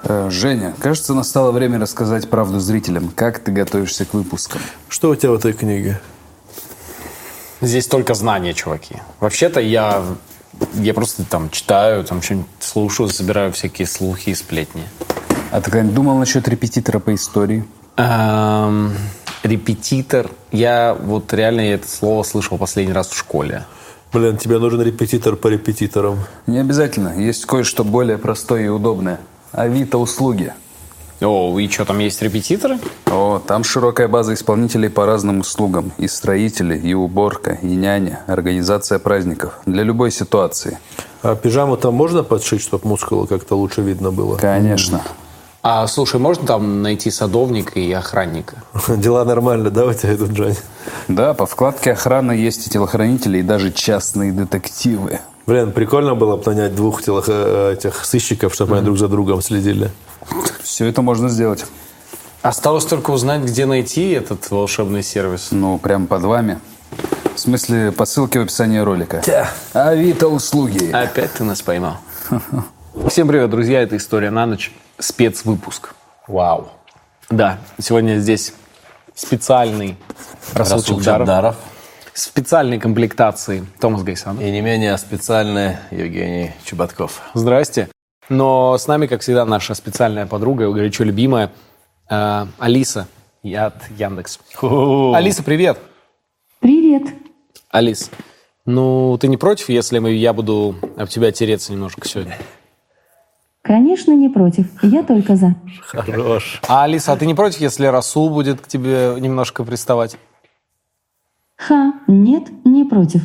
Женя, кажется, настало время рассказать правду зрителям. Как ты готовишься к выпускам? Что у тебя в этой книге? Здесь только знания, чуваки. Вообще-то я просто там читаю, там что-нибудь слушаю, собираю всякие слухи и сплетни. А ты когда-нибудь думал насчет репетитора по истории? Репетитор. Я это слово слышал последний раз в школе. Блин, тебе нужен репетитор по репетиторам. Не обязательно. Есть кое-что более простое и удобное. Авито услуги. О, и что, там есть репетиторы? О, там широкая база исполнителей по разным услугам. И строители, и уборка, и няня, организация праздников. Для любой ситуации. А пижаму там можно подшить, чтобы мускулы как-то лучше видно было? Конечно. А, слушай, можно там найти садовника и охранника? Дела нормально, да, у тебя идут, Джань? Да, по вкладке охраны есть и телохранители, и даже частные детективы. Блин, прикольно было бы нанять двух этих сыщиков, чтобы они друг за другом следили. Все это можно сделать. Осталось только узнать, где найти этот волшебный сервис. Ну, прямо под вами. В смысле, по ссылке в описании ролика. Авито услуги. Опять ты нас поймал. Всем привет, друзья. Это «История на ночь». Спецвыпуск. Вау. Да, сегодня здесь специальный Расул Чабдаров. В специальной комплектации Томас Гайсан. И не менее специальный Евгений Чеботков. Здрасте. Но с нами, как всегда, наша специальная подруга, горячо любимая, Алиса от Яндекс. Алиса, привет. Привет. Алис, ну ты не против, если я буду об тебя тереться немножко сегодня? Конечно, не против. Я только за. Хорош. А, Алиса, а ты не против, если Расул будет к тебе немножко приставать? Нет, не против.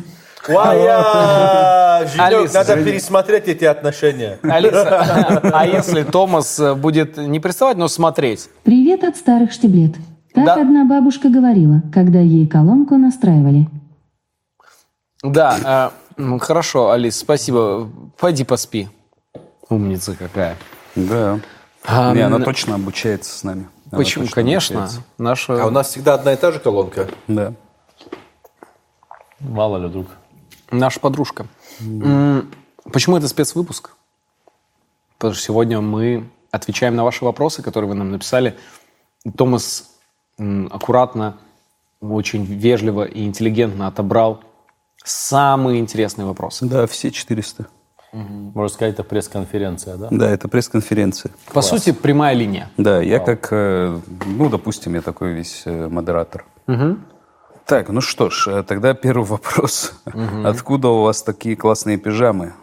Женек, надо пересмотреть эти отношения. Алиса, а если Томас будет не приставать, но смотреть? Привет от старых штиблет. Так Да. одна бабушка говорила, когда ей колонку настраивали. Да, хорошо, Алис, спасибо. Пойди поспи. Умница какая. Да. Не, она точно обучается с нами. Она Почему? точно Конечно. обучается. Наша... А у нас всегда одна и та же колонка? Да. Мало ли вдруг. Наша подружка. Почему это спецвыпуск? Потому что сегодня мы отвечаем на ваши вопросы, которые вы нам написали. Томас аккуратно, очень вежливо и интеллигентно отобрал самые интересные вопросы. Да, все 400. Можно сказать, это пресс-конференция, да? Да, это пресс-конференция. По сути, прямая линия. Да, я как, допустим, я такой весь модератор. Так, ну что ж, тогда первый вопрос. Откуда у вас такие классные пижамы?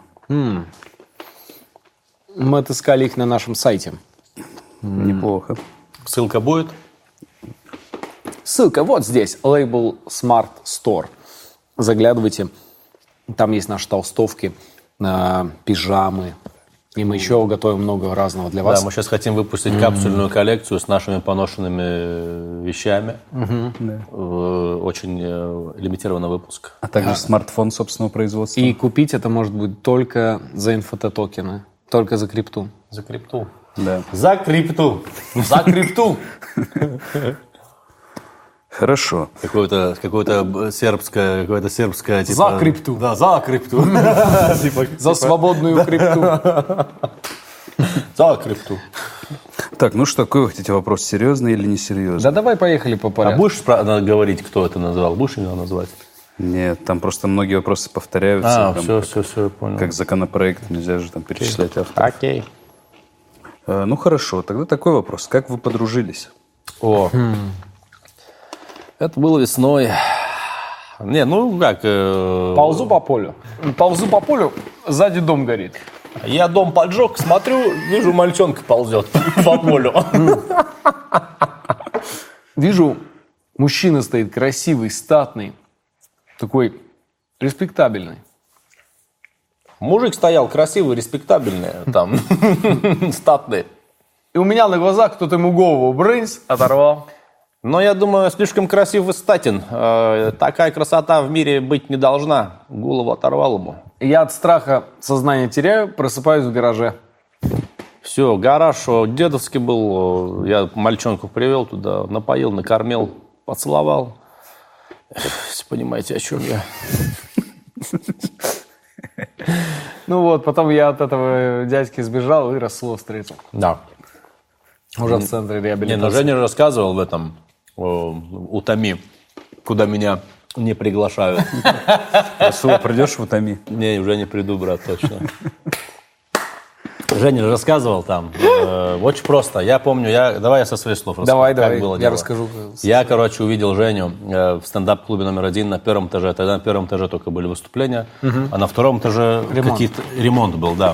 Мы отыскали их на нашем сайте. Неплохо. Ссылка будет? Ссылка вот здесь. Лейбл Smart Store. Заглядывайте. Там есть наши толстовки, пижамы. И мы еще готовим много разного для вас. Да, мы сейчас хотим выпустить капсульную коллекцию с нашими поношенными вещами. Очень лимитированный выпуск. А также смартфон собственного производства. И купить это может быть только за НФТ-токены. Только за крипту. За крипту. Да. За крипту. За крипту. Хорошо. Какое-то сербское, типа... За крипту. Да, за крипту. За свободную крипту. За крипту. Так, ну что, какой вы хотите вопрос? Серьезный или несерьезный? Да давай поехали по А порядку. будешь говорить, кто это назвал? Будешь его назвать? Нет, там просто многие вопросы повторяются. Там, все, я понял. как законопроект, нельзя же там перечислять авторов. Окей. Ну хорошо, тогда такой вопрос. Как вы подружились? Это было весной. Не, ну как... Ползу по полю. Ползу по полю, сзади дом горит. Я дом поджег, смотрю, вижу, мальчонка ползет по полю. Вижу, мужчина стоит красивый, статный, такой респектабельный. Мужик стоял красивый, респектабельный, там, статный. И у меня на глазах кто-то ему голову брынсь оторвал. Но я думаю, слишком красив и статен. Такая красота в мире быть не должна. Голову оторвал ему. Я от страха сознание теряю, просыпаюсь в гараже. Все, гараж дедовский был. Я мальчонку привел туда, напоил, накормил, поцеловал. Если понимаете, о чем я. Ну вот, потом я от этого дядьки сбежал и Расула встретил. Да. Уже в центре Не, реабилитации. но Женя рассказывал в этом, у Томи, куда меня не приглашают. Расул, придешь в Утами? Не, уже не приду, брат, точно. Женя рассказывал там. Очень просто. Я помню, давай я со своих слов расскажу. Давай, как было я дело. расскажу. Я, короче, увидел Женю в стендап-клубе номер 1 на первом этаже. Тогда на первом этаже только были выступления, а на втором этаже ремонт был, да.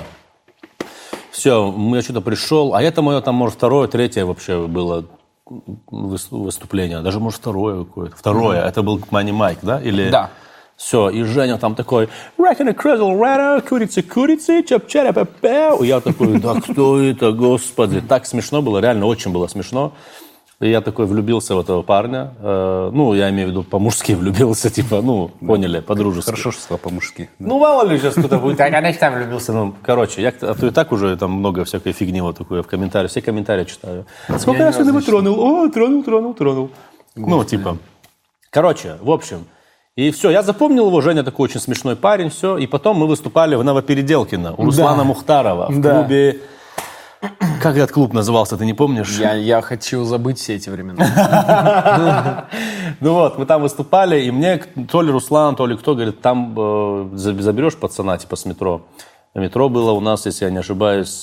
Все, я что-то пришел, а это мое там, может, второе, третье вообще было выступление. Даже, может, второе какое-то. Второе, это был Money Mike, да? Или... Да. Все, и Женя там такой, Ракина Крезл, Рана, курицы, чап-чара, папау. Я такой, да кто это, господи. Так смешно было, реально очень было смешно. И я такой влюбился в этого парня. Ну, я имею в виду по-мужски влюбился, типа, ну, поняли, по-дружески. Хорошо, что сказал по-мужски. Да. Ну, мало ли сейчас кто-то будет, а я там влюбился. Ну, короче, а то и так уже там много всякой фигни вот такой в комментариях. Все комментарии читаю. Сколько раз я его тронул? О, тронул. Ну, типа. Короче, в общем. И все, я запомнил его, Женя такой очень смешной парень, все. И потом мы выступали в Новопеределкино у Руслана Мухтарова в клубе... Как этот клуб назывался, ты не помнишь? Я хочу забыть все эти времена. Ну вот, мы там выступали, и мне то ли Руслан, то ли кто говорит, там заберешь пацана, типа с метро. Метро было у нас, если я не ошибаюсь,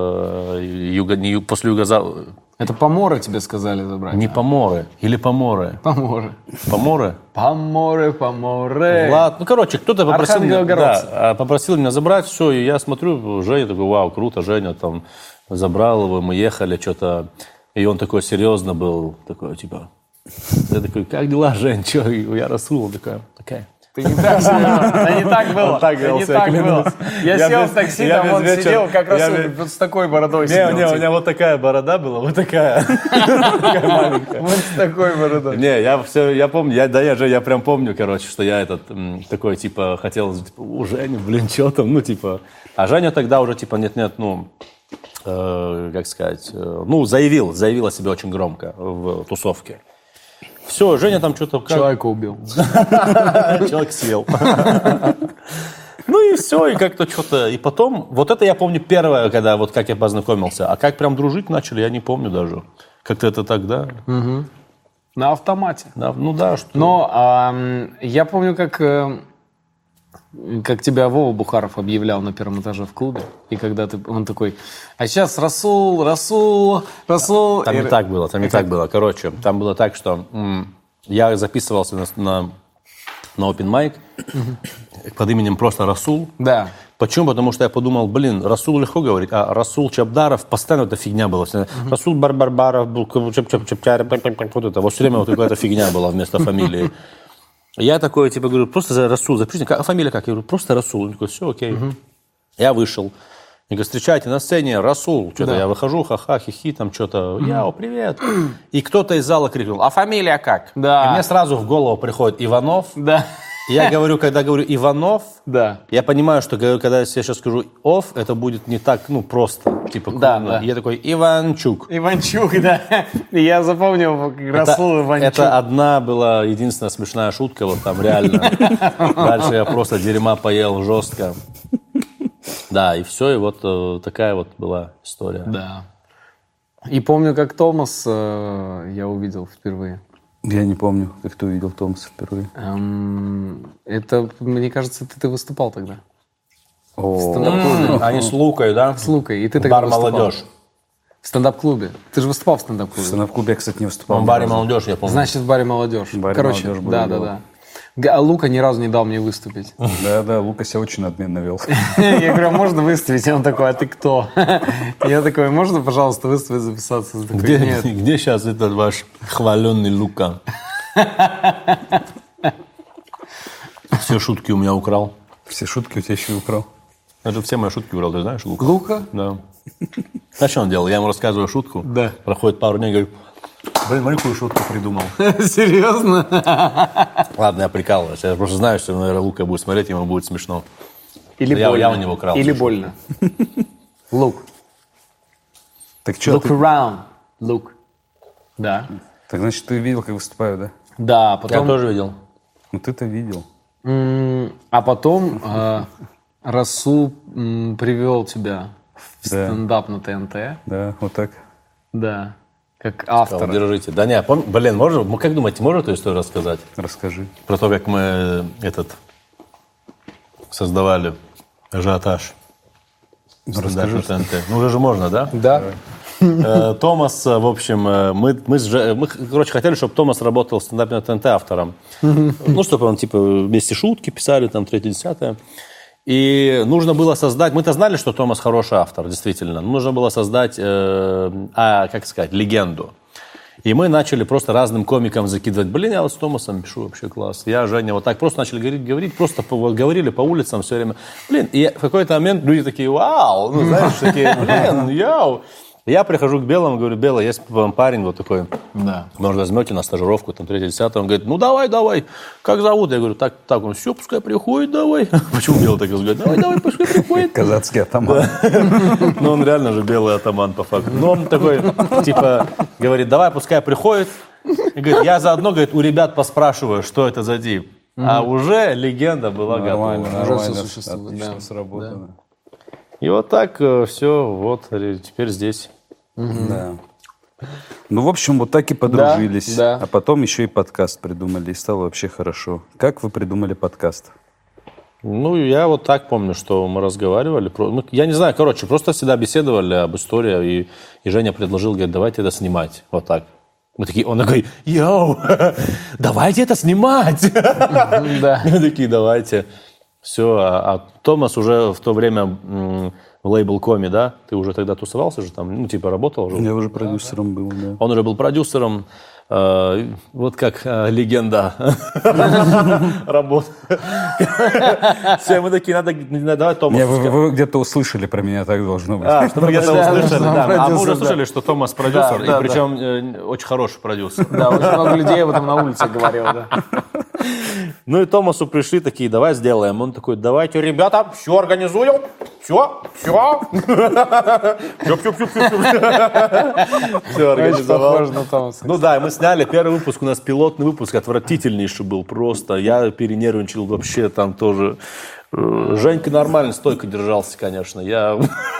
после Югозавода. Это поморы тебе сказали забрать? Не поморы, или поморы? Поморы. Поморы? Поморы. Ладно, ну, короче, кто-то попросил меня, Архангелогородцы. попросил меня забрать, все, и я смотрю, Женя такой, вау, круто, Женя там забрал его, мы ехали, что-то, и он такой серьезно был, такой, типа, я такой, как дела, Жень, что, я Расул, он такой, окей. Ты не так сделал. Да не так было. так Да не вел себя, так было. клянусь. Я Я сел без- в такси, я там без он вечера- сидел, как я Расул, без- вот с такой бородой Не, сидел. у типа. меня вот такая борода была, вот такая. Такая маленькая. Вот с такой бородой. Не, я помню, я прям помню, короче, что я такой, типа, хотел, типа, у Жени, блин, что там, ну, типа. А Женя тогда уже, типа, нет, ну, как сказать, ну, заявил о себе очень громко в тусовке. Все, Женя там что-то... Человека убил. Человек съел. Ну и все, и как-то что-то... И потом, вот это я помню первое, когда вот как я познакомился. А как прям дружить начали, я не помню даже. Как-то это так, да? На автомате. Да, ну да, что... Но я помню, как тебя Вова Бухаров объявлял на первом этаже в клубе. И когда он такой, а сейчас Расул. Там не так было. Короче, там было так, что я записывался на open mic под именем просто Расул. Да. Почему? Потому что я подумал, блин, Расул легко говорить, а Расул Чабдаров, постоянно эта фигня была. Расул Барбарбаров был, вот это, вот все время вот какая-то фигня была вместо фамилии. Я такой, типа, говорю, просто за Расул, запишите, а фамилия как? Я говорю, просто Расул. Он такой, все, окей. Я вышел. Я говорю, встречайте на сцене Расул. Что-то я выхожу, ха-ха, хихи, там что-то, яу, привет. И кто-то из зала крикнул, а фамилия как? Да. И мне сразу в голову приходит Иванов. Да. Я говорю, когда говорю Иванов, Да. я понимаю, что когда я сейчас скажу Ов, это будет не так, ну, просто. Типа, Да, ну, да. Я такой, Иванчук. Иванчук, да. Я запомнил Расул Иванчук. Это одна была единственная смешная шутка, вот там реально. Дальше я просто дерьма поел жестко. Да, и все, и вот такая вот была история. Да. И помню, как Томас я увидел впервые. Я не помню, как ты увидел Томаса впервые. Это, мне кажется, ты выступал тогда. О, В стендап-клубе. Они с Лукой, да? С Лукой. И ты тогда Бар выступал. «Молодежь». В стендап-клубе. Ты же выступал в в стендап-клубе. стендап-клубе я, кстати, не выступал. В ни баре разу. «Молодежь», я помню. Значит, в баре «Молодежь». В баре Короче, «Молодежь» было дело. да. А Лука ни разу не дал мне выступить. Да, Лука себя очень отменно вел. Я говорю, а можно выставить? И он такой, а ты кто? Я такой, можно, пожалуйста, выставить, записаться? Он такой, нет. Где сейчас этот ваш хваленный Лука? Все шутки у меня украл. Все шутки у тебя еще и украл. Это все мои шутки украл, ты знаешь, Лука? Лука? Да. А что он делал? Я ему рассказываю шутку. Да. Проходит пару дней, говорю, блин, смотри, какую шутку придумал. Серьезно? Ладно, я прикалываюсь. Я просто знаю, что, наверное, Лука будет смотреть, ему будет смешно. Или Я больно. у него крал. Или слушай. больно. Look. Так что, Look around. Look. Да. так значит, ты видел, как выступаю, да? Да, Я потом... тоже видел. Ну, ты-то видел. А потом Расул привел тебя в Да. стендап на ТНТ. Да, вот так. Да. Как автор. Держите. Да не, блин, можно, как думаете, можно эту историю рассказать? Расскажи. Про то, как мы создавали ажиотаж. Расскажи. На ТНТ. Ну, уже же можно, да? Да. Томас, в общем, мы, короче, хотели, чтобы Томас работал в стендапе на ТНТ автором. Ну, чтобы он, типа, вместе шутки писали, там, 3-10. И нужно было создать... Мы-то знали, что Томас хороший автор, действительно. Нужно было создать, как сказать, легенду. И мы начали просто разным комикам закидывать. Блин, я вот с Томасом пишу, вообще класс. Я, Женя, вот так просто начали говорить, просто говорили по улицам все время. Блин, и в какой-то момент люди такие, вау, ну, знаешь, такие, блин, йоу. Я прихожу к Белому, говорю, Белый, есть вам парень вот такой, Да. может, возьмете на стажировку, там, 3-10. Он говорит, ну, давай, как зовут? Я говорю, так, он, все, пускай приходит, давай. Почему Белый так говорит? Давай, пускай приходит. Казацкий атаман. Ну, он реально же белый атаман, по факту. Но он такой, типа, говорит, давай, пускай приходит. И говорит, я заодно, говорит, у ребят поспрашиваю, что это за тип. А уже легенда была готова. Уже все существует. Отлично Да. сработано. И вот так все, вот, теперь здесь. Да. Ну, в общем, вот так и подружились. Да. А потом еще и подкаст придумали, и стало вообще хорошо. Как вы придумали подкаст? Ну, я вот так помню, что мы разговаривали. Я не знаю, короче, просто всегда беседовали об истории, и Женя предложил, говорит, давайте это снимать. Вот так. Мы такие, он такой, йоу, давайте это снимать. Да. Мы такие, давайте. Все, а Томас уже в то время в лейбл.коме, да? Ты уже тогда тусовался же там, ну, типа работал уже? Я уже продюсером был, да. Он уже был продюсером, вот как легенда работы. Все, мы такие, надо, давай Томас. Вы где-то услышали про меня, так должно быть. Что мы где-то услышали, да. А мы уже продюсер, слышали, что Томас продюсер, Да, и причем очень хороший продюсер. Да, очень много людей об этом на улице говорило, да. Ну и Томасу пришли такие, давай сделаем. Он такой, давайте, ребята, все организуем, все. Все организовал. Похоже на Томаса. Ну да, мы сняли первый выпуск, у нас пилотный выпуск, отвратительнейший был просто. Я перенервничал вообще там тоже. Женька нормально, стойко держался, конечно. Я...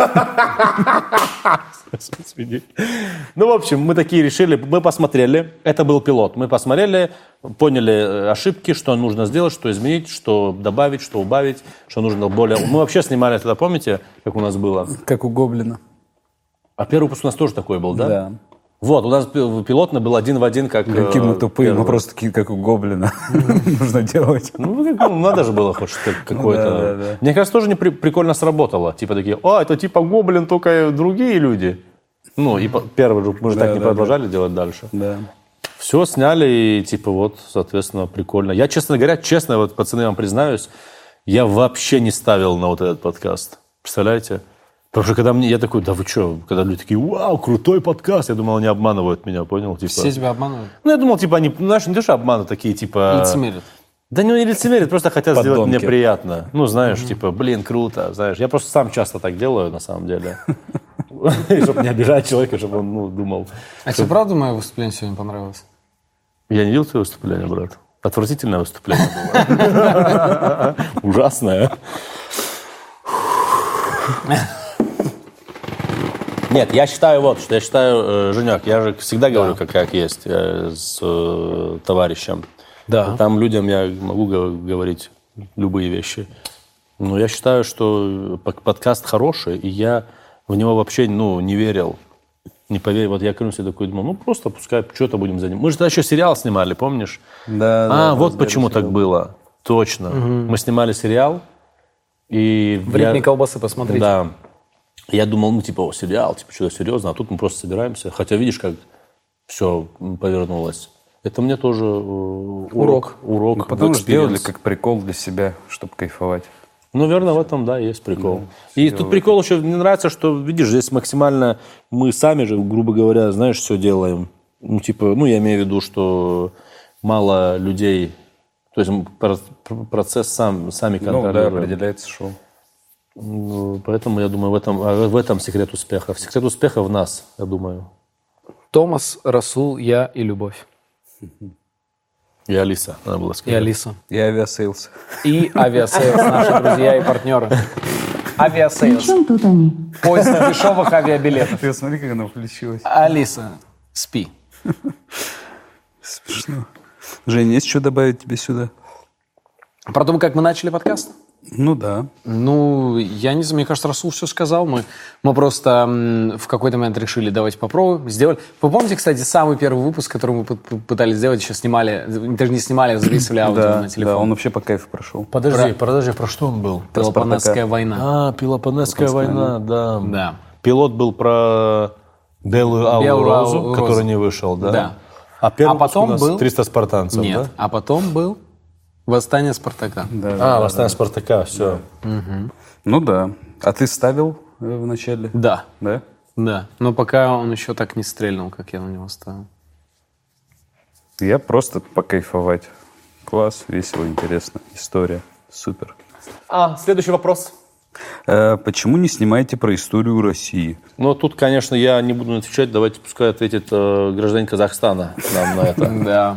Ну, в общем, мы такие решили, мы посмотрели, это был пилот, мы посмотрели, поняли ошибки, что нужно сделать, что изменить, что добавить, что убавить, что нужно более... Мы вообще снимали тогда, помните, как у нас было? Как у Гоблина. А первый выпуск у нас тоже такой был, да? Да. Вот, у нас пилотный был один в один, как... Какие мы тупые, первый. мы просто такие, как у Гоблина. Нужно делать. Ну, надо же было хоть что-то какое-то... да. Мне кажется, тоже прикольно сработало. Типа такие, это типа Гоблин, только другие люди. Ну, и первый же, мы же так не продолжали делать дальше. Да. Все сняли, и типа вот, соответственно, прикольно. Я, честно говоря, вот, пацаны, вам признаюсь, я вообще не ставил на вот этот подкаст. Представляете? Потому что когда я такой, да вы что, когда люди такие, вау, крутой подкаст, я думал, они обманывают меня, понял? Типа, Все тебя обманывают? Ну, я думал, типа, они, знаешь, не то, что обманывают, такие, типа... Лицемерят. Да не лицемерят, просто хотят сделать Подонки. мне приятно. Ну, знаешь, типа, блин, круто, знаешь. Я просто сам часто так делаю, на самом деле. Чтобы не обижать человека, чтобы он, думал. А тебе правда мое выступление сегодня понравилось? Я не видел твое выступление, брат. Отвратительное выступление было. Ужасное. Нет, я считаю, Женек, я же всегда говорю, как есть с товарищем. Да. Там людям я могу говорить любые вещи. Но я считаю, что подкаст хороший, и я в него вообще, не верил. Не поверил. Вот я, клянусь, такой думал, просто пускай что-то будем заниматься. Мы же тогда еще сериал снимали, помнишь? Да. Вот почему так было. Точно. Мы снимали сериал, и... В ритме колбасы посмотрите. Да. Я думал, сериал, что-то серьезно, а тут мы просто собираемся. Хотя видишь, как все повернулось. Это мне тоже урок. Потом сделали как прикол для себя, чтобы кайфовать. Ну, наверное, в этом, да, есть прикол. И тут прикол еще, мне нравится, что, видишь, здесь максимально мы сами же, грубо говоря, знаешь, все делаем. Я имею в виду, что мало людей, то есть процесс сами контролируем. Да, определяется шоу. Поэтому, я думаю, в этом секрет успеха. Секрет успеха в нас, я думаю. Томас, Расул, я и Любовь. И Алиса, надо было сказать. И Алиса. И авиасейлс. И авиасейлс, наши друзья и партнеры. При Авиасейлс. чем тут они? Поиск дешевых авиабилетов. Ты смотри, как она включилась. Алиса, спи. Смешно. Жень, есть что добавить тебе сюда? Про то, как мы начали подкаст? Ну да. Ну, я не знаю, мне кажется, Расул все сказал. Мы просто в какой-то момент решили, давайте попробуем. Сделали. Вы помните, кстати, самый первый выпуск, который мы пытались сделать, еще снимали, даже не снимали, а записывали аудио Да, на телефон. да, он вообще по кайфу прошел. Подожди, про что он был? Пелопоннесская война. Пелопоннесская война, да. Да. Пилот был про Белую Алую Белую Розу, Алую который Розу. не вышел, да? Да. А первый потом у нас был- 300 спартанцев, Нет, да? а потом был «Восстание Спартака». «Восстание Спартака», все. Ну да. А ты ставил в начале? Да, Да? да. Но пока он еще так не стрельнул, как я на него ставил. Я просто покайфовать. Класс, весело, интересно. История. Супер. Следующий вопрос. Почему не снимаете про историю России? Ну, тут, конечно, я не буду отвечать. Давайте пускай ответит гражданин Казахстана нам на это. Да.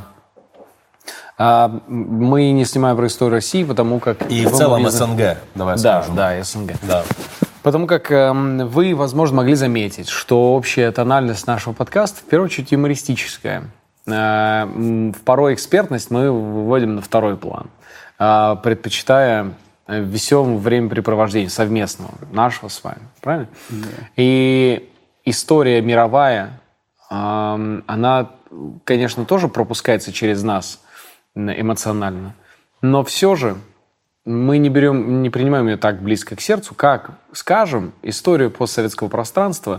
Мы не снимаем про историю России, потому как... И вы в целом могли- СНГ, давай Да, скажем. да, СНГ. Да. Потому как вы, возможно, могли заметить, что общая тональность нашего подкаста, в первую очередь, юмористическая. Порой экспертность мы выводим на второй план, предпочитая веселому времяпрепровождению совместного, нашего с вами. Правильно? Да. И история мировая, она, конечно, тоже пропускается через нас эмоционально, но все же мы не принимаем ее так близко к сердцу, как, скажем, историю постсоветского пространства,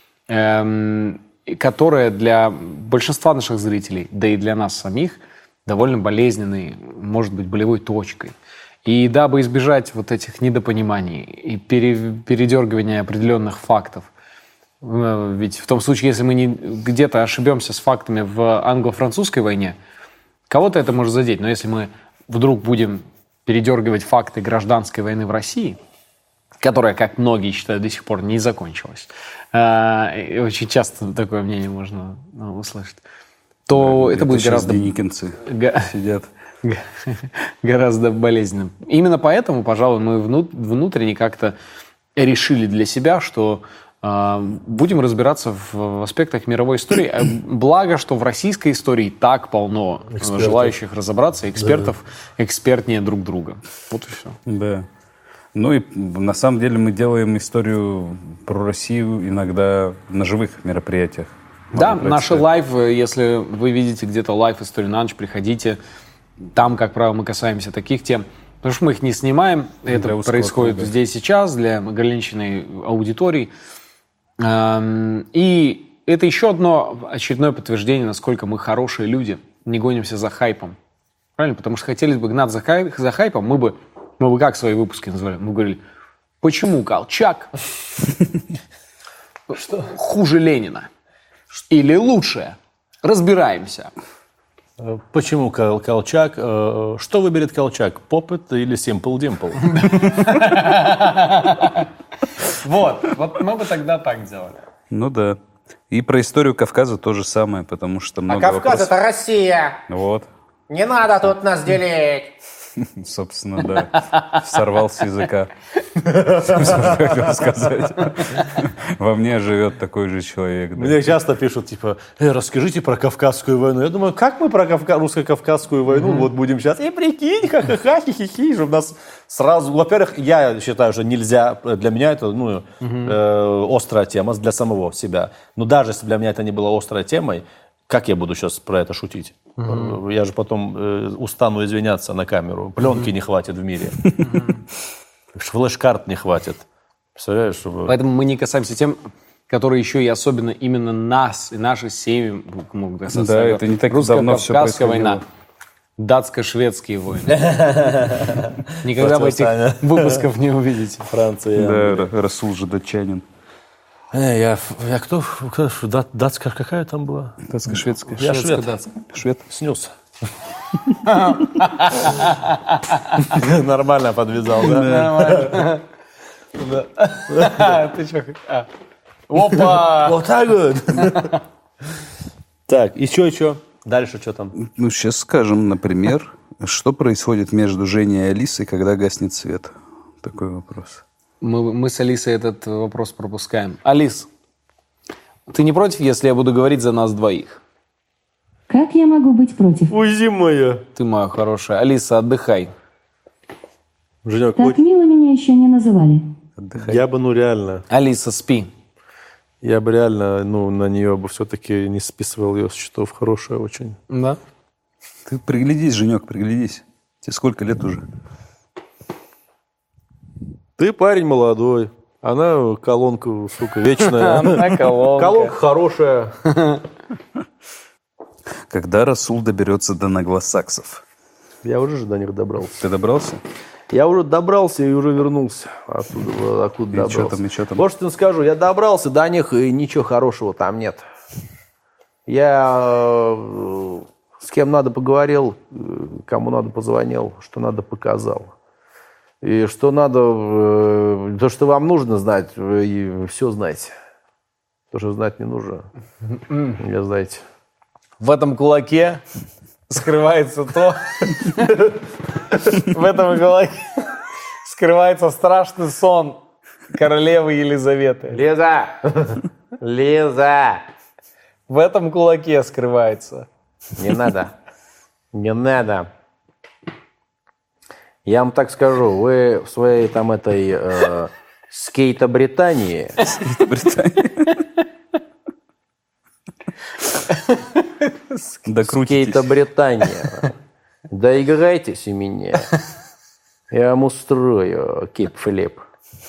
которая для большинства наших зрителей, да и для нас самих, довольно болезненной, может быть, болевой точкой. И дабы избежать вот этих недопониманий и передергивания определенных фактов, ведь в том случае, если мы где-то ошибемся с фактами в англо-французской войне, кого-то это может задеть. Но если мы вдруг будем передергивать факты гражданской войны в России, которая, как многие считают, до сих пор не закончилась, и очень часто такое мнение можно услышать, то это будет гораздо... Деникинцы сидят. Гораздо болезненным. Именно поэтому, пожалуй, мы внутренне как-то решили для себя, что будем разбираться в аспектах мировой истории. Благо, что в российской истории так полно желающих разобраться, экспертов, экспертнее друг друга. Вот и все. Да. Ну и на самом деле мы делаем историю про Россию иногда на живых мероприятиях. Да, наши лайв, если вы видите где-то лайв «История на ночь», приходите. Там, как правило, мы касаемся таких тем, потому что мы их не снимаем. Это происходит круга. Здесь сейчас для ограниченной аудитории. И это еще одно очередное подтверждение, насколько мы хорошие люди, не гонимся за хайпом. Правильно? Потому что хотели бы гнаться за хайпом, мы бы как свои выпуски называли? Мы говорили, почему Колчак хуже Ленина? Или лучше? Разбираемся. Почему Колчак? Что выберет Колчак? Попыт или Simple Dimple? Вот мы бы тогда так делали. Ну да. И про историю Кавказа то же самое, потому что много Кавказ вопросов. это Россия. Вот. Не надо тут нас делить. Собственно, да. Сорвал с языка. Хотел сказать. Во мне живет такой же человек. Да. Мне часто пишут, типа, расскажите про Кавказскую войну. Я думаю, как мы про русско-кавказскую войну вот будем сейчас? И прикинь, ха-ха-ха, хи-хи-хи, чтобы нас сразу... Во-первых, я считаю, что нельзя... Для меня это острая тема для самого себя. Но даже если для меня это не было острой темой, как я буду сейчас про это шутить? Я же потом устану извиняться на камеру. Пленки не хватит в мире. Флеш-карт не хватит. Представляешь? Чтобы... Поэтому мы не касаемся тем, которые еще и особенно именно нас и наши семьи могут касаться. Да, это не так давно все Русско-кавказская происходило. война. Датско-шведские войны. Никогда вы этих выпусков не увидите. Франция. Да, Расул же датчанин. Я кто? Датская какая там была? Датско-шведская. Я швед. Швед. Снюс. Нормально подвязал, да? Нормально. Ты что? Опа! Вот так вот. Так, еще. Дальше что там? Ну, сейчас скажем, например, что происходит между Женей и Алисой, когда гаснет свет? Такой вопрос. Мы с Алисой этот вопрос пропускаем. Алис, ты не против, если я буду говорить за нас двоих? Как я могу быть против? Узи моя. Ты моя хорошая. Алиса, отдыхай. Женек, Так мило меня еще не называли. я бы, реально, Алиса, спи. я бы реально, на нее бы все-таки не списывал ее с счетов. Хорошая очень. Да? Ты приглядись, Женек, приглядись. Тебе сколько лет уже? Ты парень молодой. Она колонка, сука, вечная. Она колонка. Колонка хорошая. Когда Расул доберется до наглосаксов? Я уже до них добрался. Ты добрался? Я уже добрался и уже вернулся. Откуда И что добрался. там, и что там? Вот что скажу, я добрался до них, и ничего хорошего там нет. Я с кем надо поговорил, кому надо позвонил, что надо показал. И что надо, то, что вам нужно знать, вы все знаете. То, что знать не нужно, я знаете. В этом кулаке скрывается то... В этом кулаке скрывается страшный сон королевы Елизаветы. Лиза! Лиза! В этом кулаке скрывается. Не надо. Не надо. Я вам так скажу, вы в своей там этой скейто-Британии... Докрутитесь. Скейто-Британия. Доиграйтесь у меня. Я вам устрою кип-флип.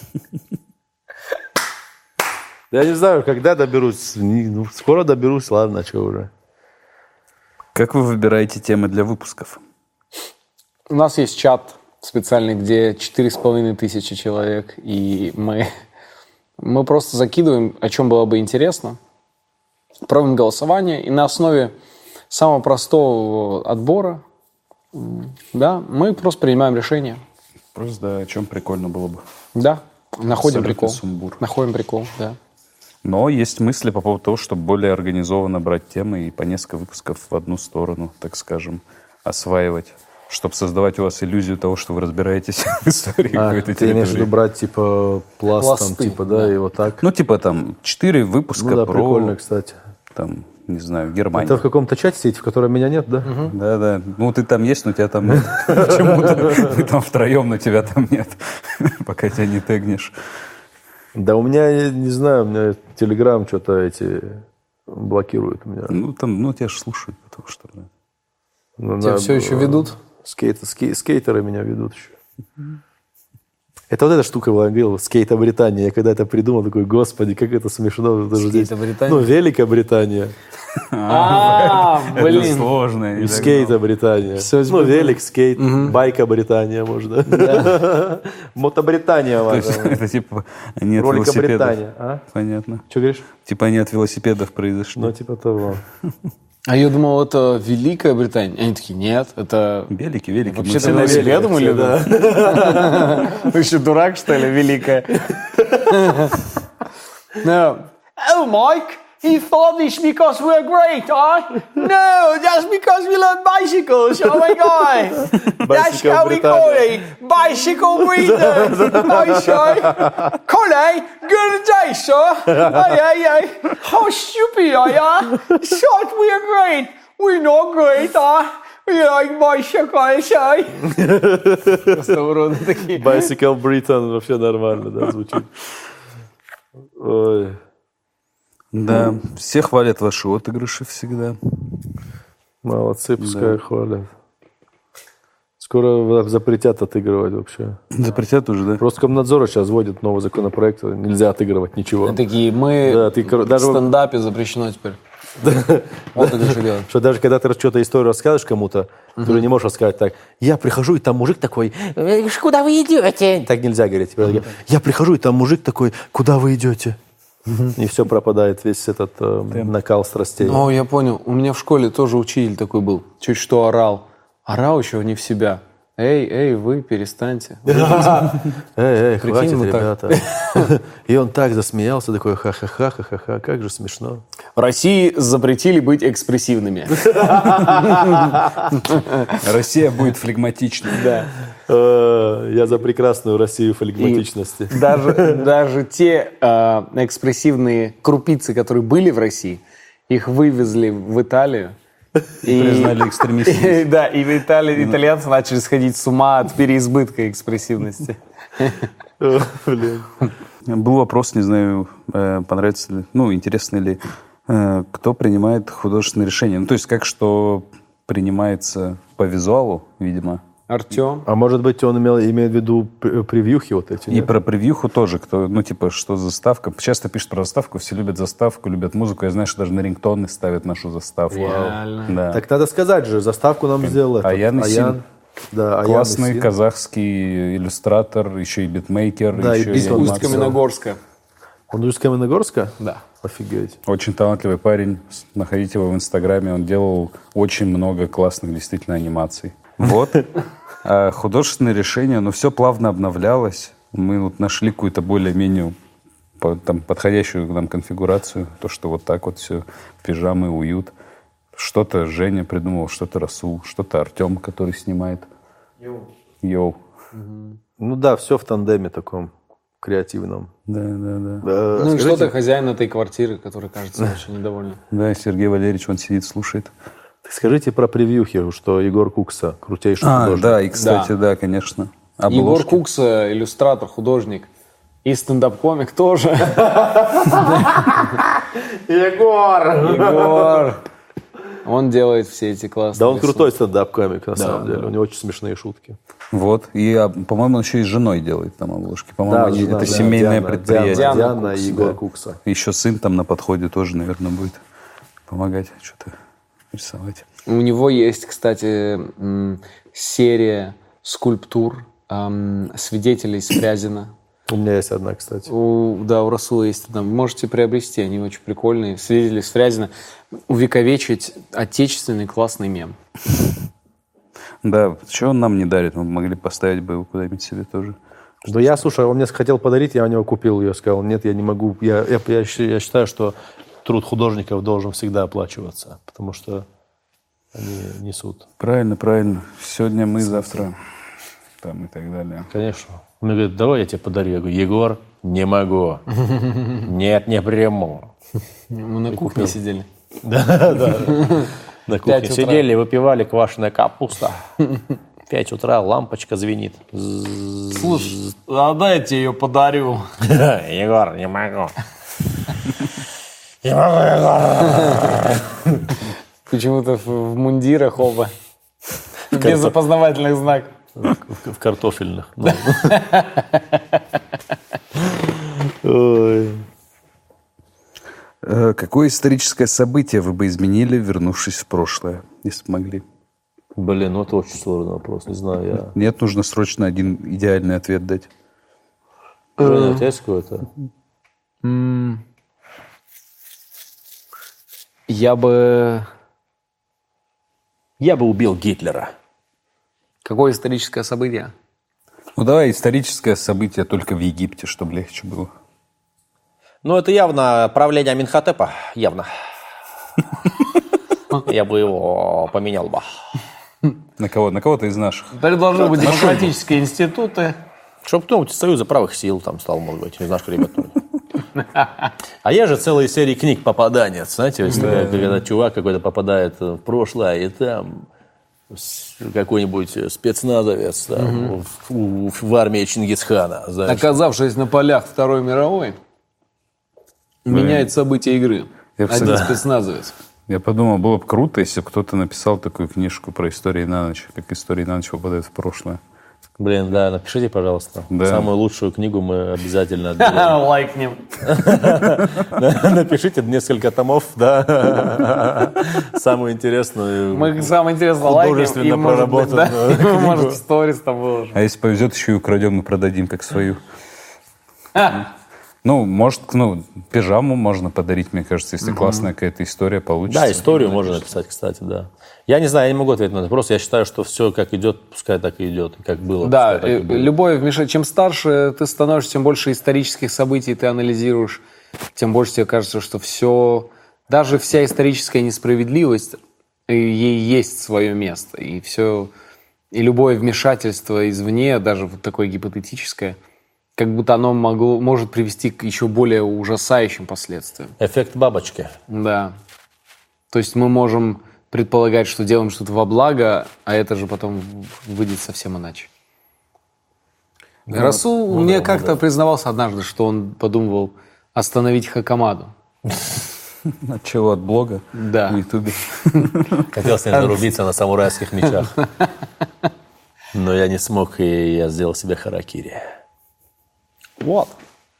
Я не знаю, когда доберусь. Скоро доберусь, ладно, что уже. Как вы выбираете темы для выпусков? У нас есть чат специальный, где 4500 человек, и мы просто закидываем, о чем было бы интересно, проводим голосование, и на основе самого простого отбора, да, мы просто принимаем решение. Просто, да, о чем прикольно было бы. Да, находим Абсолютно прикол. сумбур. Находим прикол, да. Но есть мысли по поводу того, чтобы более организованно брать темы и по несколько выпусков в одну сторону, так скажем, осваивать, чтобы создавать у вас иллюзию того, что вы разбираетесь в истории какой-то ты имеешь в виду территории. брать, типа, пластом, Пласты, типа, да, и вот так? Ну, типа там 4 выпуска Ну да, про, прикольно, кстати. там, не знаю, Германию. Это в каком-то чате сидите, в котором меня нет, да? Да-да. Ну, ты там есть, но тебя там нет. Почему-то вы там втроем, но тебя там нет, пока тебя не тегнешь. Да у меня, я не знаю, у меня Телеграм что-то эти блокирует у меня. Ну, там, ну, тебя же слушают, потому что... да. Ну, Тебя да, все еще ведут? Скейтеры меня ведут еще. Это вот эта штука была, говорил, скейто-Британия. Я когда это придумал, такой, господи, как это смешно. Это же здесь, Скейто-Британия? ну, Великобритания. Это Блин. сложно. И скейто-Британия. Ну, велик, скейт, байка-Британия, можно. Мотобритания, То есть ладно. это типа не от велосипедов. Ролика-Британия, а? Понятно. Что говоришь? Типа они от велосипедов произошли. Ну, типа того. А я думал, это Великая Британия. Они такие, нет, это... Великий. Мы Вообще-то все велосипедом или да? Ты еще дурак, что ли, Великая? Oh, Mike, he thought this because we're great, huh? No, that's because we learn bicycles, oh my God. That's how we call it. Bicycle breeders. Oh, sorry. Collie, good day, sir. Hey. How stupid are you? Thought we're great. We're not great, huh? We like bicycles, sorry. Просто уроды такие. Bicycle Britain вообще нормально, да, звучит. Ой. Да, все хвалят ваши отыгрыши всегда. Молодцы, пускай хвалят. Скоро запретят отыгрывать вообще. Запретят уже, да? Просто Комнадзор сейчас вводит новый законопроект, нельзя отыгрывать ничего. Такие, мы Да, ты, в даже, стендапе запрещено теперь. Вот это что делать. что даже когда ты что-то историю рассказываешь кому-то, ты не можешь рассказать так. Я прихожу, и там мужик такой, куда вы идете? Так нельзя говорить. Я прихожу, и там мужик такой, куда вы идете? И все пропадает, весь этот накал страстей. О, я понял. У меня в школе тоже учитель такой был. Чуть что орал. Орал еще не в себя. Эй, вы перестаньте. Эй, хватит, мы так. ребята. И он так засмеялся, такой, ха-ха-ха, как же смешно. В России запретили быть экспрессивными. Россия будет флегматичной. Да. Я за прекрасную Россию флегматичности. Даже те экспрессивные крупицы, которые были в России, их вывезли в Италию. Признали экстремистами. Да, и в Италии итальянцы начали сходить с ума от переизбытка экспрессивности. Был вопрос, не знаю, понравится ли, интересно ли, кто принимает художественные решения. То есть как что принимается по визуалу, видимо. Артем. А может быть, он имеет в виду превьюхи вот эти? И нет? про превьюху тоже, кто, что заставка. Часто пишут про заставку, все любят заставку, любят музыку. Я знаю, что даже на рингтоны ставят нашу заставку. Реально. Да. Так надо сказать же, заставку нам сделал Аян этот Исин. Да, Аян Классный Исин. казахский иллюстратор, еще и битмейкер. Да, и еще битмейкер. Усть анимация. Каменогорска. Он из Каменногорска? Да. Офигеть. Очень талантливый парень. Находите его в Инстаграме. Он делал очень много классных действительно анимаций. Вот. А художественное решение, все плавно обновлялось. Мы вот нашли какую-то более-менее подходящую нам конфигурацию. То, что вот так вот все, пижамы, уют. Что-то Женя придумал, что-то Расул, что-то Артем, который снимает. Йоу. Ну да, все в тандеме таком креативном. Да. Ну и что ты хозяин этой квартиры, который, кажется, очень недоволен. Да, Сергей Валерьевич, он сидит, слушает. Так скажите про превьюхи, что Егор Кукса, крутейший художник. Да, и, кстати, да, конечно. Егор Обложки. Кукса, иллюстратор, художник. И стендап-комик тоже. Егор! Он делает все эти классные Да, он рисунки. крутой стендап-комик, на самом деле. У него очень смешные шутки. Вот. И, по-моему, он еще и с женой делает там обложки. По-моему, Да, жена, это да, семейное Диана, предприятие. Диана и Кукса, Егор да. Кукса. Еще сын там на подходе тоже, наверное, будет помогать что-то рисовать. У него есть, кстати, серия скульптур свидетелей с Фрязино. У меня есть одна, кстати. У Расула есть одна. Можете приобрести, они очень прикольные. Свидетели с Фрязино. Увековечить отечественный классный мем. Да, чего он нам не дарит? Мы могли поставить бы его куда-нибудь себе тоже. Да слушай, он мне хотел подарить, я у него купил. Я сказал, нет, я не могу. Я считаю, что труд художников должен всегда оплачиваться, потому что они несут. Правильно. Сегодня мы, завтра там и так далее. Конечно. Он мне говорит, давай я тебе подарю. Я говорю, Егор, не могу. Нет, не приму. Мы на кухне сидели. На кухне 5 утра. сидели, выпивали квашеная капуста. 5 утра, лампочка звенит. Слушай, а дай я тебе ее подарю. Егор, не могу. Почему-то в мундирах оба. Без опознавательных знаков. В картофельных. Ой. Какое историческое событие вы бы изменили, вернувшись в прошлое, если бы могли? Блин, это очень сложный вопрос, не знаю. Нет, нужно срочно один идеальный ответ дать. Женя, у тебя есть какой-то? Я бы убил Гитлера. Какое историческое событие? Давай историческое событие только в Египте, чтобы легче было. Ну, это явно правление Аминхотепа, явно. Я бы его поменял бы. На кого? На кого-то из наших. Теперь должны быть демократические институты. Чтоб кто-нибудь из Союза правых сил там стал, может быть, из наших ребят. А я же целые серии книг «Попаданец». Знаете, когда чувак какой-то попадает в прошлое, и там какой-нибудь спецназовец там, в армии Чингисхана. Знаешь. Оказавшись на полях Второй мировой, меняет события игры. Один спецназовец. Я подумал, было бы круто, если бы кто-то написал такую книжку про истории на ночь, как истории на ночь попадают в прошлое. Блин, да, напишите, пожалуйста. Да. Самую лучшую книгу мы обязательно отделаем. Лайкнем. Напишите несколько томов, да. Самую интересную. Мы самое интересное лайкнем. Художественно И, может быть, проработанную книгу. может, в сторис там выложим. А если повезет, еще и украдем и продадим как свою. Может, пижаму можно подарить, мне кажется, если классная какая-то история получится. Да, историю можно написать, кстати, да. Я не знаю, я не могу ответить на этот вопрос. Я считаю, что все как идет, пускай так и идет. Как было, Да, пускай так и будет. любое вмешательство. Чем старше ты становишься, тем больше исторических событий ты анализируешь, тем больше тебе кажется, что все, даже вся историческая несправедливость, ей есть свое место. И все И любое вмешательство извне, даже вот такое гипотетическое, как будто оно может привести к еще более ужасающим последствиям. Эффект бабочки. Да. То есть мы можем предполагать, что делаем что-то во благо, а это же потом выйдет совсем иначе. Расул мне как-то признавался однажды, что он подумывал остановить Хакамаду. От чего? От блога? Да. В Ютубе. Хотел с ним зарубиться на самурайских мечах. Но я не смог, и я сделал себе харакири. Вот.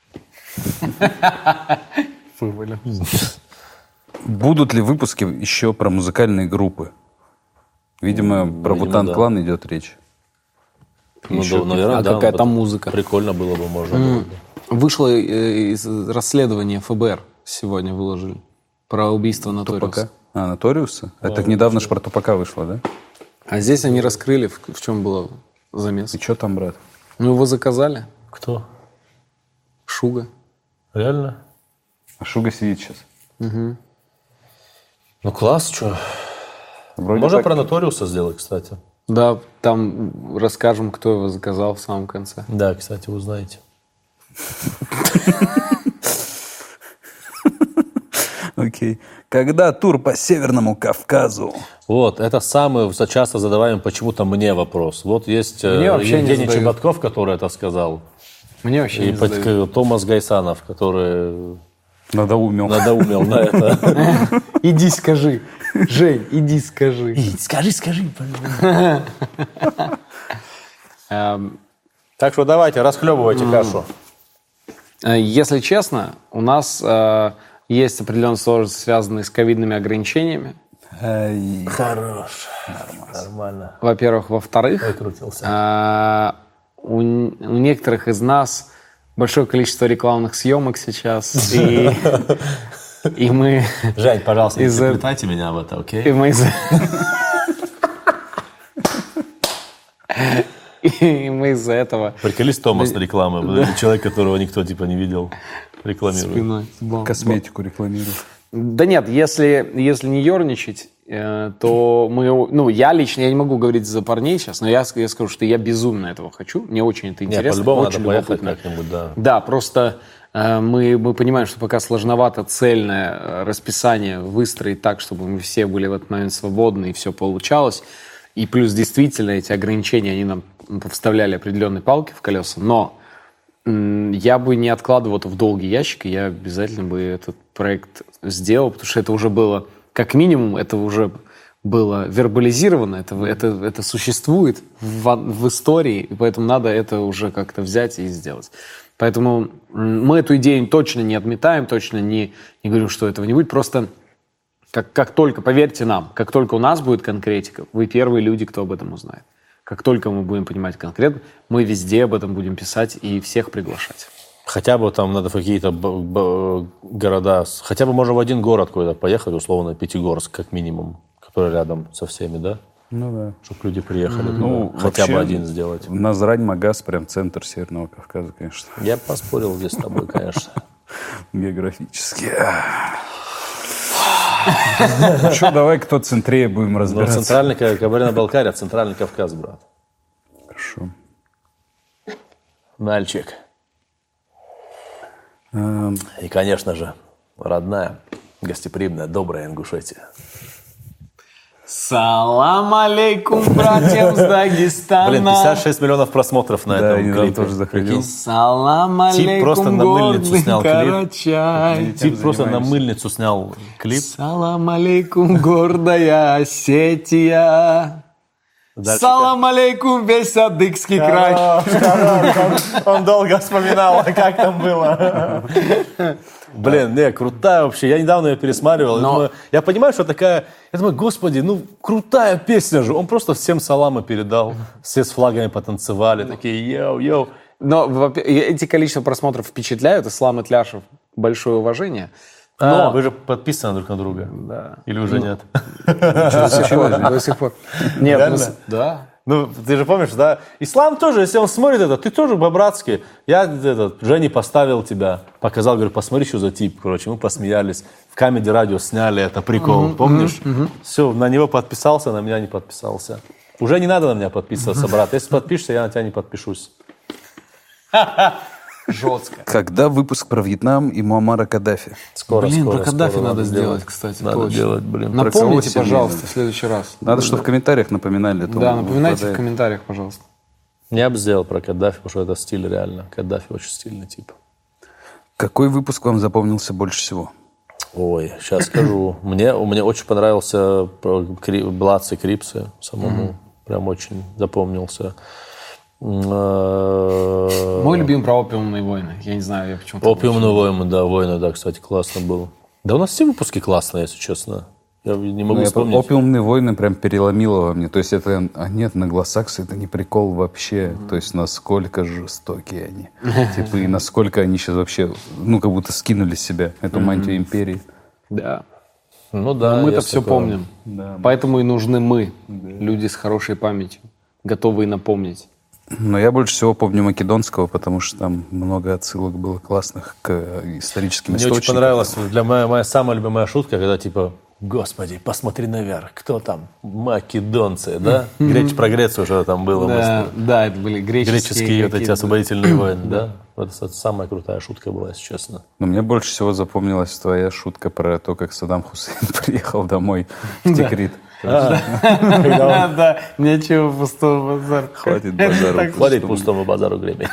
Будут ли выпуски еще про музыкальные группы? Видимо, про Вутан да. Клан идет речь. Ну, да, наверное, А да. какая там музыка? Прикольно было бы, можно было бы. Вышло из расследования ФБР сегодня выложили про убийство Ноториуса. Тупака? А, Ноториуса? Это недавно же про Тупака вышло, да? А здесь они раскрыли, в чем было замес. И что там, брат? Ну, его заказали. Кто? Шуга. Реально? А Шуга сидит сейчас. Ну, класс, что? Вроде Можно так. про Ноториуса сделать, кстати. Да, там расскажем, кто его заказал в самом конце. Да, кстати, узнаете. Окей. Когда тур по Северному Кавказу? Вот, это самый часто задаваемый почему-то мне вопрос. Вот есть Мне вообще не Евгений задают. Чеботков, который это сказал, Мне вообще и не задают. Томас Гайсанов, который Надоумел. надоумел на это. Иди скажи. Жень, иди скажи. Скажи. Так что давайте, расхлебывайте кашу. Если честно, у нас есть определенные сложности, связанные с ковидными ограничениями. Хорош. Нормально. Во-первых. Во-вторых, Выкрутился. у некоторых из нас большое количество рекламных съемок сейчас. И мы... Жень, пожалуйста, не Из-за- приплетайте меня в это, И окей? мы из-за этого... Приколись Томас на рекламу. Человек, которого никто типа не видел, рекламирует. Спиной. Косметику рекламирует. Да нет, если не ерничать, то мы... Ну, я лично, я не могу говорить за парней сейчас, но я скажу, что я безумно этого хочу. Мне очень это Нет, интересно. по-любому очень надо поехать любопытно. как-нибудь, да. Да, просто мы понимаем, что пока сложновато цельное расписание выстроить так, чтобы мы все были в этот момент свободны и все получалось. И плюс действительно эти ограничения, они нам вставляли определенные палки в колеса. Но я бы не откладывал это в долгий ящик, и я обязательно бы этот проект сделал, потому что это уже было, как минимум, это уже было вербализировано, это существует в истории, и поэтому надо это уже как-то взять и сделать. Поэтому мы эту идею точно не отметаем, точно не говорим, что этого не будет. Просто как только, поверьте нам, как только у нас будет конкретика, вы первые люди, кто об этом узнает. Как только мы будем понимать конкретно, мы везде об этом будем писать и всех приглашать. Хотя бы там надо в какие-то города, хотя бы можно в один город куда-то поехать, условно, Пятигорск, как минимум, который рядом со всеми, да? Ну да. Чтобы люди приехали Ну, туда. Хотя бы вообще, один сделать. Назрань, Магаз, прям центр Северного Кавказа, конечно. Я бы поспорил здесь с тобой, конечно. Географически. Ну что, давай кто центрее будем Но разбираться. центральный Кабардино-Балкария, центральный Кавказ, брат. Хорошо. Мальчик. И, конечно же, родная, гостеприимная, добрая Ингушетия. Салам алейкум, братьям с Дагестана. Блин, 56 миллионов просмотров на Да, этом недавно клипе. тоже заходил. Прикинь? Салам Тип просто алейкум, на мыльницу гордый снял клип. Карачай. Тип просто на занимаемся. мыльницу снял клип. Салам алейкум, гордая Осетия. Дальше Салам алейкум, весь Адыгский край. Он долго вспоминал, как там было. Блин, не, крутая вообще. Я недавно ее пересматривал. Я думаю, я понимаю, что такая... Я думаю, господи, ну крутая песня же. Он просто всем саламы передал. Все с флагами потанцевали. Такие, йоу. Но эти количество просмотров впечатляют. Ислам Итляшев, большое уважение. Но вы же подписаны друг на друга. Да. Или уже нет? До сих пор. Нет, Реально? да. Ну, ты же помнишь, да? Ислам тоже, если он смотрит это, ты тоже по-братски. Я Жене поставил тебя, показал, говорю, посмотри, что за тип. Короче, мы посмеялись. В Камеди Радио сняли это, прикол. Помнишь? Все, на него подписался, на меня не подписался. Уже не надо на меня подписываться, брат. Если подпишешься, я на тебя не подпишусь. Жестко. Когда выпуск про Вьетнам и Муаммара Каддафи? Скоро, Блин, скоро, про Каддафи скоро надо сделать, кстати. Надо точно. делать, блин. Про кого Напомните, сегодня? пожалуйста, в следующий раз. Надо, чтобы в комментариях напоминали. а то Да, он напоминайте в выпадает. комментариях, пожалуйста. Я бы сделал про Каддафи, потому что это стиль реально. Каддафи очень стильный тип. Какой выпуск вам запомнился больше всего? Ой, сейчас скажу. Мне очень понравился про Блатс и Крипсы самому. Прям очень запомнился. Мой любимый про опиумные войны. Я не знаю, я почему-то... Опиумные войны, да, кстати, классно был. Да у нас все выпуски классные, если честно. Я не могу вспомнить. Опиумные войны прям переломило во мне. То есть это... А нет, англосаксы это не прикол вообще. То есть насколько жестокие они. Типа и насколько они сейчас вообще... Ну, как будто скинули с себя эту мантию империи. Да. Ну да. Но мы-то есть все такое. помним. Поэтому и нужны мы, люди с хорошей памятью, готовые напомнить. Но я больше всего помню Македонского, потому что там много отсылок было классных к историческим Мне источникам. очень понравилась моя самая любимая шутка, когда типа, господи, посмотри наверх, кто там? Македонцы, да? Про Грецию уже там было. Да, это были Греческие вот эти освободительные войны, да? Вот это самая крутая шутка была, если честно. Но мне больше всего запомнилась твоя шутка про то, как Саддам Хусейн приехал домой в Тикрит. Да, нечего пустого базара. Хватит базару. Хватит пустому базару греметь.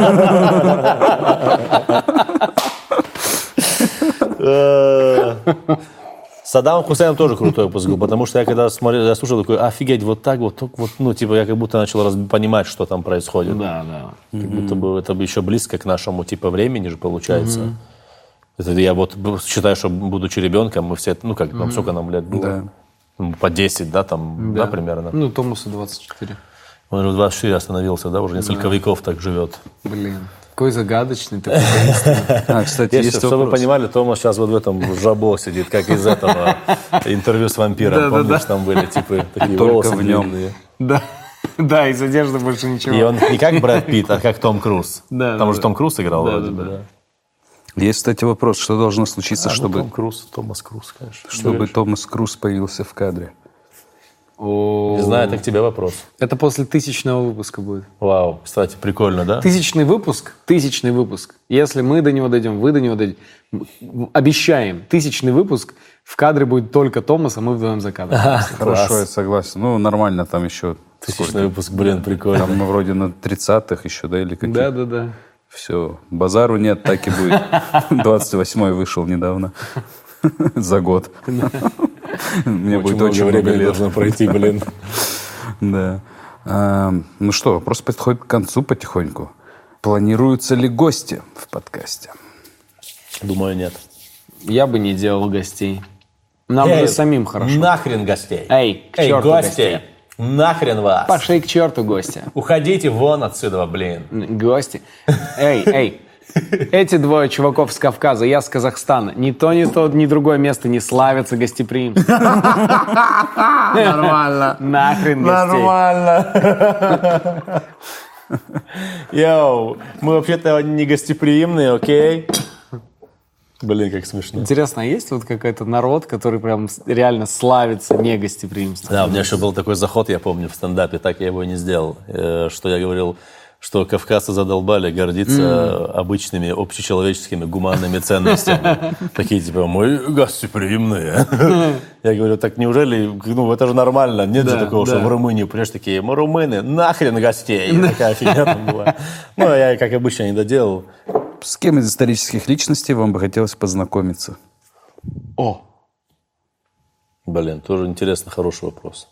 Саддам Хусейн тоже крутой выпуск был, потому что я когда смотрел, я слушал, такой, офигеть, вот так вот, ну, типа, я как будто начал понимать, что там происходит. Да. Как будто бы это еще близко к нашему, типа, времени же получается. Это я вот считаю, что, будучи ребенком, мы все, ну, как, там, сколько нам лет было? Да. Ну, по 10, да, там, да, примерно? Ну, Томасу 24. Он уже в 24 остановился, да, уже несколько веков так живет. Блин, какой загадочный такой. Кстати, Если, есть чтобы вы вопрос. понимали, Томас сейчас вот в этом жабо сидит, как из этого интервью с вампиром. Помнишь, там были, типа, такие Только волосы в нем. длинные. Да, из одежды больше ничего. И он не как Брэд Питт, а как Том Круз. Да, Там да, уже да. Том Круз играл вроде бы, да? Есть, кстати, вопрос, что должно случиться, чтобы Томас Круз, конечно. чтобы Томас Круз появился в кадре? Не знаю, это к тебе вопрос. Это после 1000-го выпуска будет. Вау, кстати, прикольно, да? 1000-й выпуск. Если мы до него дойдем, вы до него дойдете. Обещаем, 1000-й выпуск, в кадре будет только Томас, а мы вдвоем за кадром. Хорошо, я согласен. Ну, нормально, там еще... 1000-й выпуск, блин, прикольно. Там мы вроде на 30-х еще, да, или какие? Да. Все, базару нет, так и будет. 28-й вышел недавно. За год. Мне будет очень много лет. должно пройти, блин. Да. Ну что, вопрос подходит к концу потихоньку. Планируются ли гости в подкасте? Думаю, нет. Я бы не делал гостей. Нам же самим хорошо. Нахрен гостей. Эй, к черту гости. гостей. Нахрен вас. Пошли к черту, гости. Уходите вон отсюда, блин. Гости. Эй. Эти двое чуваков с Кавказа, я с Казахстана. Ни то, ни другое место не славятся гостеприимством. Нормально. Нахрен гостей. Нормально. Йоу, мы вообще-то не гостеприимные, окей? Блин, как смешно. Интересно, а есть вот какой-то народ, который прям реально славится негостеприимством? Да, у меня еще был такой заход, я помню, в стендапе, так я его и не сделал, что я говорил, что кавказцы задолбали гордиться обычными общечеловеческими гуманными ценностями. Такие типа, мы гостеприимные. Я говорю, так неужели, ну это же нормально, нет же такого, что в Румынии, понимаешь, такие, мы румыны, нахрен гостей. Такая фигня там была. Ну, я, как обычно, не доделал. С кем из исторических личностей вам бы хотелось познакомиться? О, Блин, тоже интересно, хороший вопрос.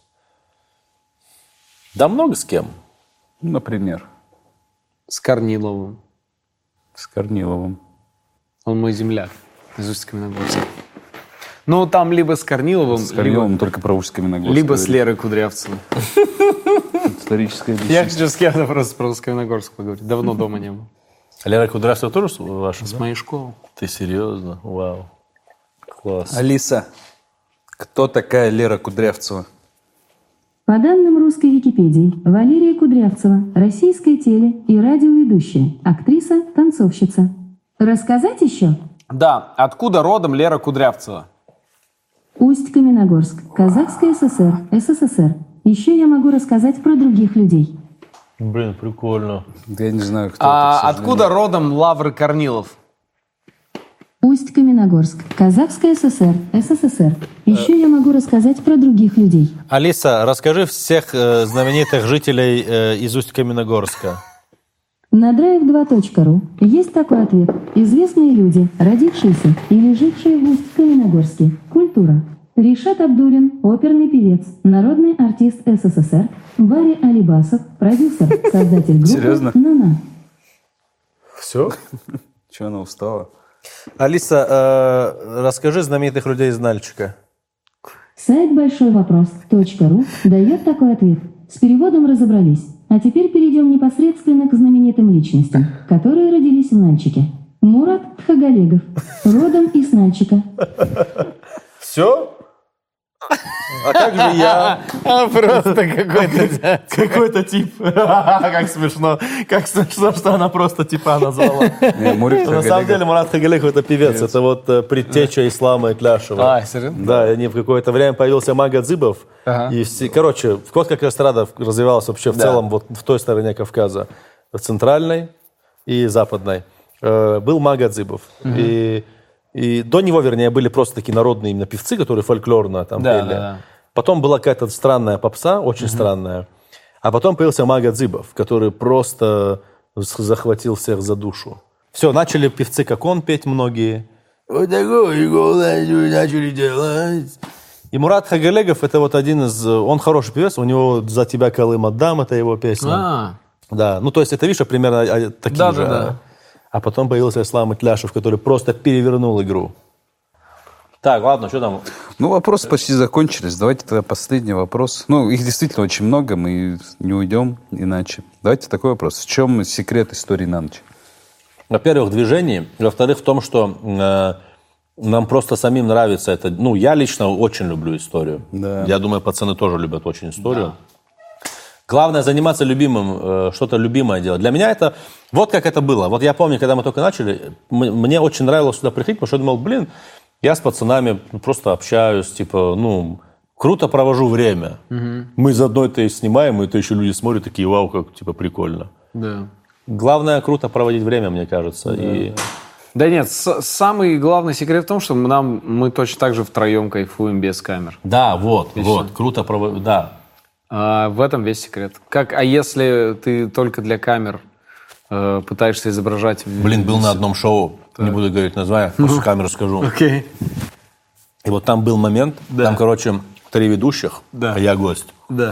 Да много с кем. Например, с Корниловым. с Корниловым. Он мой земляк из Усть-Каменогорска. Ну, там либо с Корниловым, С Корниловым только про Усть-Каменогорск. либо с Лерой Кудрявцевой. Историческая личность. Я хочу с кем-то просто про Усть-Каменогорск поговорить. Давно дома не был. Лера Кудрявцева тоже ваша? С да? моей школы. Ты серьезно? Вау. Класс. Алиса, кто такая Лера Кудрявцева? По данным русской Википедии, Валерия Кудрявцева – российская теле- и радиоведущая, актриса, танцовщица. Рассказать еще? Да, откуда родом Лера Кудрявцева? Усть-Каменогорск, Казахская ССР, СССР. Еще я могу рассказать про других людей. Блин, прикольно. Я не знаю, кто это, к сожалению. Откуда родом Лавр Корнилов? Усть-Каменогорск, Казахская ССР, СССР. Еще я могу рассказать про других людей. Алиса, расскажи всех знаменитых жителей из Усть-Каменогорска. На drive2.ru есть такой ответ. Известные люди, родившиеся или жившие в Усть-Каменогорске. Культура. Ришат Абдуллин, оперный певец, народный артист СССР. Барри Алибасов, продюсер, создатель группы Серьезно? «Нана». Все? Че она устала? Алиса, расскажи знаменитых людей из Нальчика. Сайт большойвопрос.ру дает такой ответ. С переводом разобрались. А теперь перейдем непосредственно к знаменитым личностям, которые родились в Нальчике. Мурат Тхагалегов, родом из Нальчика. Все? А как же я? Просто Какой-то тип. Как смешно. Как смешно, что она просто типа назвала. Не, Мурик На самом Тхагалегов. деле Мурат Тхагалегов это певец. Это вот предтеча Ислама Итляшева. Серьезно? Да, они в какое-то время появился Мага Дзыбов. Ага. И короче, вот как эстрада развивалась вообще в целом вот в той стороне Кавказа. В центральной и западной. Был Мага Дзыбов. И до него, вернее, были просто такие народные именно певцы, которые фольклорно там пели. Да. Потом была какая-то странная попса, очень странная. А потом появился Мага Дзыбов, который просто захватил всех за душу. Все, начали певцы, как он, петь многие. Вот такой голос начали делать. И Мурат Тхагалегов, это вот один из... Он хороший певец, у него «За тебя Колым отдам» — это его песня. Да, ну то есть это, видишь, примерно такие же. Да. А потом появился Ислам Итляшев, который просто перевернул игру. Так, ладно, что там? Ну, вопросы почти закончились. Давайте тогда последний вопрос. Ну, их действительно очень много, мы не уйдем иначе. Давайте такой вопрос. В чем секрет истории на ночь? Во-первых, движение. Во-вторых, в том, что нам просто самим нравится это. Ну, я лично очень люблю историю. Да. Я думаю, пацаны тоже любят очень историю. Главное заниматься любимым, что-то любимое делать. Для меня это, вот как это было. Вот я помню, когда мы только начали, мне очень нравилось сюда приходить, потому что я думал, я с пацанами просто общаюсь, типа, круто провожу время. Мы заодно это и снимаем, и это еще люди смотрят, такие, вау, как, типа, прикольно. Да. Главное, круто проводить время, мне кажется. Да. Да нет, самый главный секрет в том, что мы точно так же втроем кайфуем без камер. Да, вот, круто проводить, да. В этом весь секрет. А если ты только для камер пытаешься изображать... Был на одном шоу, не буду говорить название, после камеры скажу. Окей. И вот там был момент, там, 3 ведущих, а я гость. Да.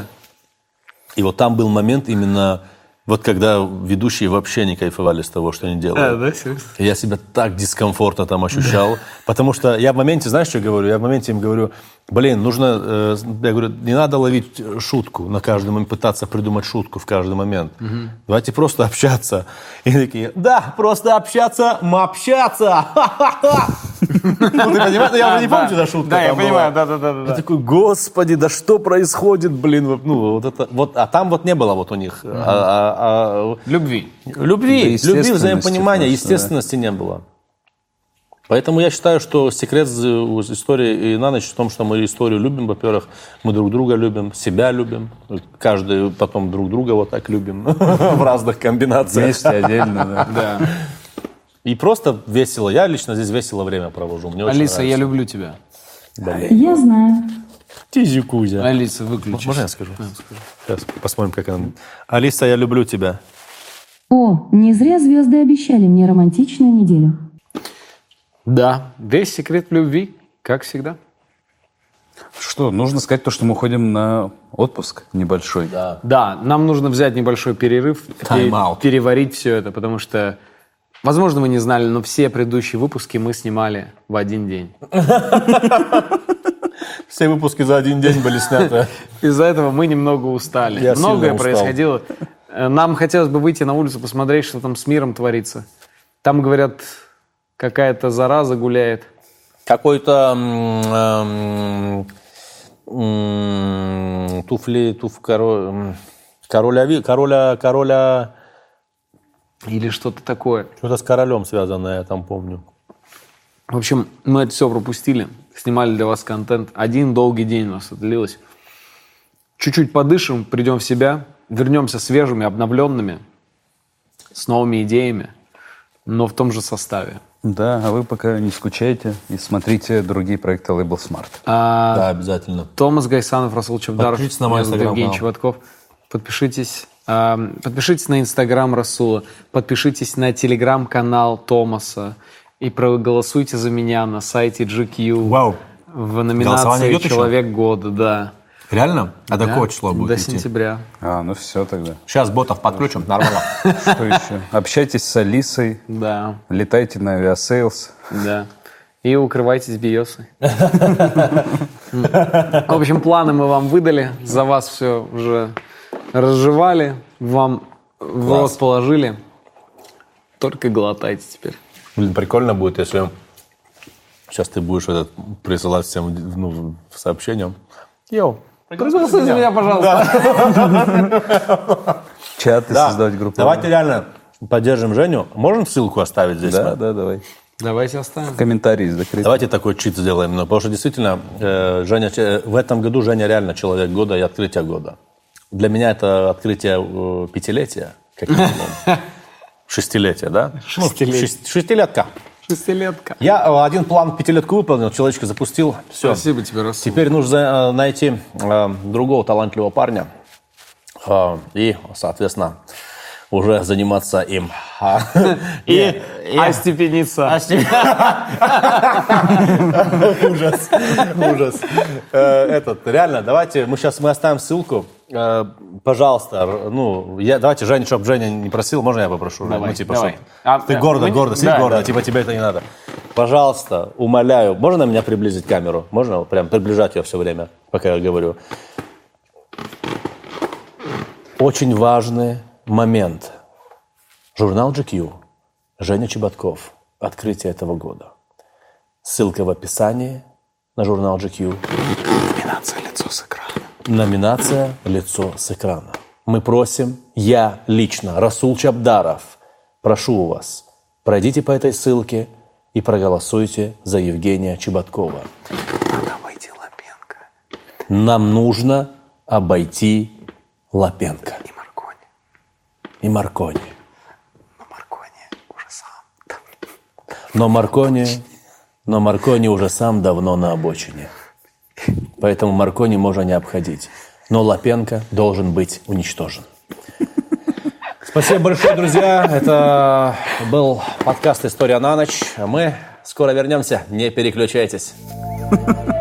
И вот там был момент именно, вот когда ведущие вообще не кайфовали с того, что они делают. Да, серьезно? И я себя так дискомфортно там ощущал, потому что я в моменте, знаешь, что говорю? Я в моменте им говорю, нужно, я говорю, не надо ловить шутку на каждый момент, пытаться придумать шутку в каждый момент. Давайте просто общаться. И они такие, да, просто общаться, общаться. Ну, ты понимаешь, я уже не помню, что шутка. Да, я там понимаю, была. да. Я такой, господи, да что происходит, а там вот не было вот у них Любви. любви, естественности взаимопонимания, просто, естественности не было. Поэтому я считаю, что секрет истории и на ночь в том, что мы историю любим, во-первых, мы друг друга любим, себя любим, каждый потом друг друга вот так любим в разных комбинациях. Вместе, отдельно, Да. И просто весело. Я лично здесь весело время провожу. Мне очень Алиса, я нравится. люблю тебя. Я знаю. Тизикузя. Алиса, выключи. Можно я скажу? Сейчас посмотрим, как она. Алиса, я люблю тебя. О, не зря звезды обещали мне романтичную неделю. Да, весь секрет в любви, как всегда. Что, нужно сказать то, что мы уходим на отпуск небольшой. Да, нам нужно взять небольшой перерыв, Тайм-аут. переварить все это, потому что, возможно, вы не знали, но все предыдущие выпуски мы снимали в один день. Все выпуски за один день были сняты. Из-за этого мы немного устали. Я сильно Многое устал. происходило. Нам хотелось бы выйти на улицу, посмотреть, что там с миром творится. Там, говорят, какая-то зараза гуляет. Какой-то короля... Или что-то такое. Что-то с королем связанное, я там помню. В общем, мы это все пропустили. Снимали для вас контент. Один долгий день у нас это длилось. чуть-чуть подышим, придем в себя, вернемся свежими, обновленными, с новыми идеями, но в том же составе. Да, а вы пока не скучайте и смотрите другие проекты лейбл Smart. Да, обязательно. Томас Гайсанов, Расул Чабдаров, Подпишитесь на мой меня зовут Евгений инстаграм-канал. Чеботков. Подпишитесь. Подпишитесь на инстаграм Расула, подпишитесь на телеграм-канал Томаса и проголосуйте за меня на сайте GQ Вау. в Голосование номинации идет еще? «Человек года». Да. Реально? А до Да. какого числа будет До идти? сентября. Ну все тогда. Сейчас ботов подключим, нормально. Что еще? Общайтесь с Алисой, Да, летайте на авиасейлс. да. И укрывайтесь биосой. В общем, планы мы вам выдали, за вас все уже разжевали, вам в рот положили. Только глотайте теперь. Блин, прикольно будет, если сейчас ты будешь присылать всем сообщениям. Йоу, Проголосуйте за меня, пожалуйста. Чаты создавать группу. Давайте реально поддержим Женю. Можем ссылку оставить здесь? Да, давай. Давайте оставим. Комментарии закрыты. Давайте такой чит сделаем. Потому что действительно, Женя, в этом году Женя реально человек года и открытие года. Для меня это открытие пятилетия, как минимум. Шестилетия, да? Шестилетка. Шестилетка. Я один план пятилетку выполнил, человечка запустил. Все. Спасибо тебе, Расул. Теперь нужно найти другого талантливого парня и, соответственно, уже заниматься им. И остепениться. Ужас. Реально, давайте, мы оставим ссылку. Пожалуйста, давайте, Женя, чтобы Женя не просил, можно я попрошу? Давай, Чтобы давай. ты гордо, сидь да, гордо, да. тебе это не надо. Пожалуйста, умоляю, можно меня приблизить камеру? Можно прям приближать ее все время, пока я говорю? Очень важный момент. Журнал GQ, Женя Чеботков, открытие этого года. Ссылка в описании на журнал GQ. Номинация «Лицо с экрана». Номинация «Лицо с экрана». Мы просим, я лично, Расул Чабдаров, прошу вас, пройдите по этой ссылке и проголосуйте за Евгения Чеботкова. Надо обойти Лапенко. Нам нужно обойти Лапенко. И Маркони. И Маркони. Но Маркони уже сам. Но Маркони уже сам давно на обочине. Поэтому Маркони можно не обходить. Но Лапенко должен быть уничтожен. Спасибо большое, друзья. Это был подкаст «История на ночь». Мы скоро вернемся. Не переключайтесь.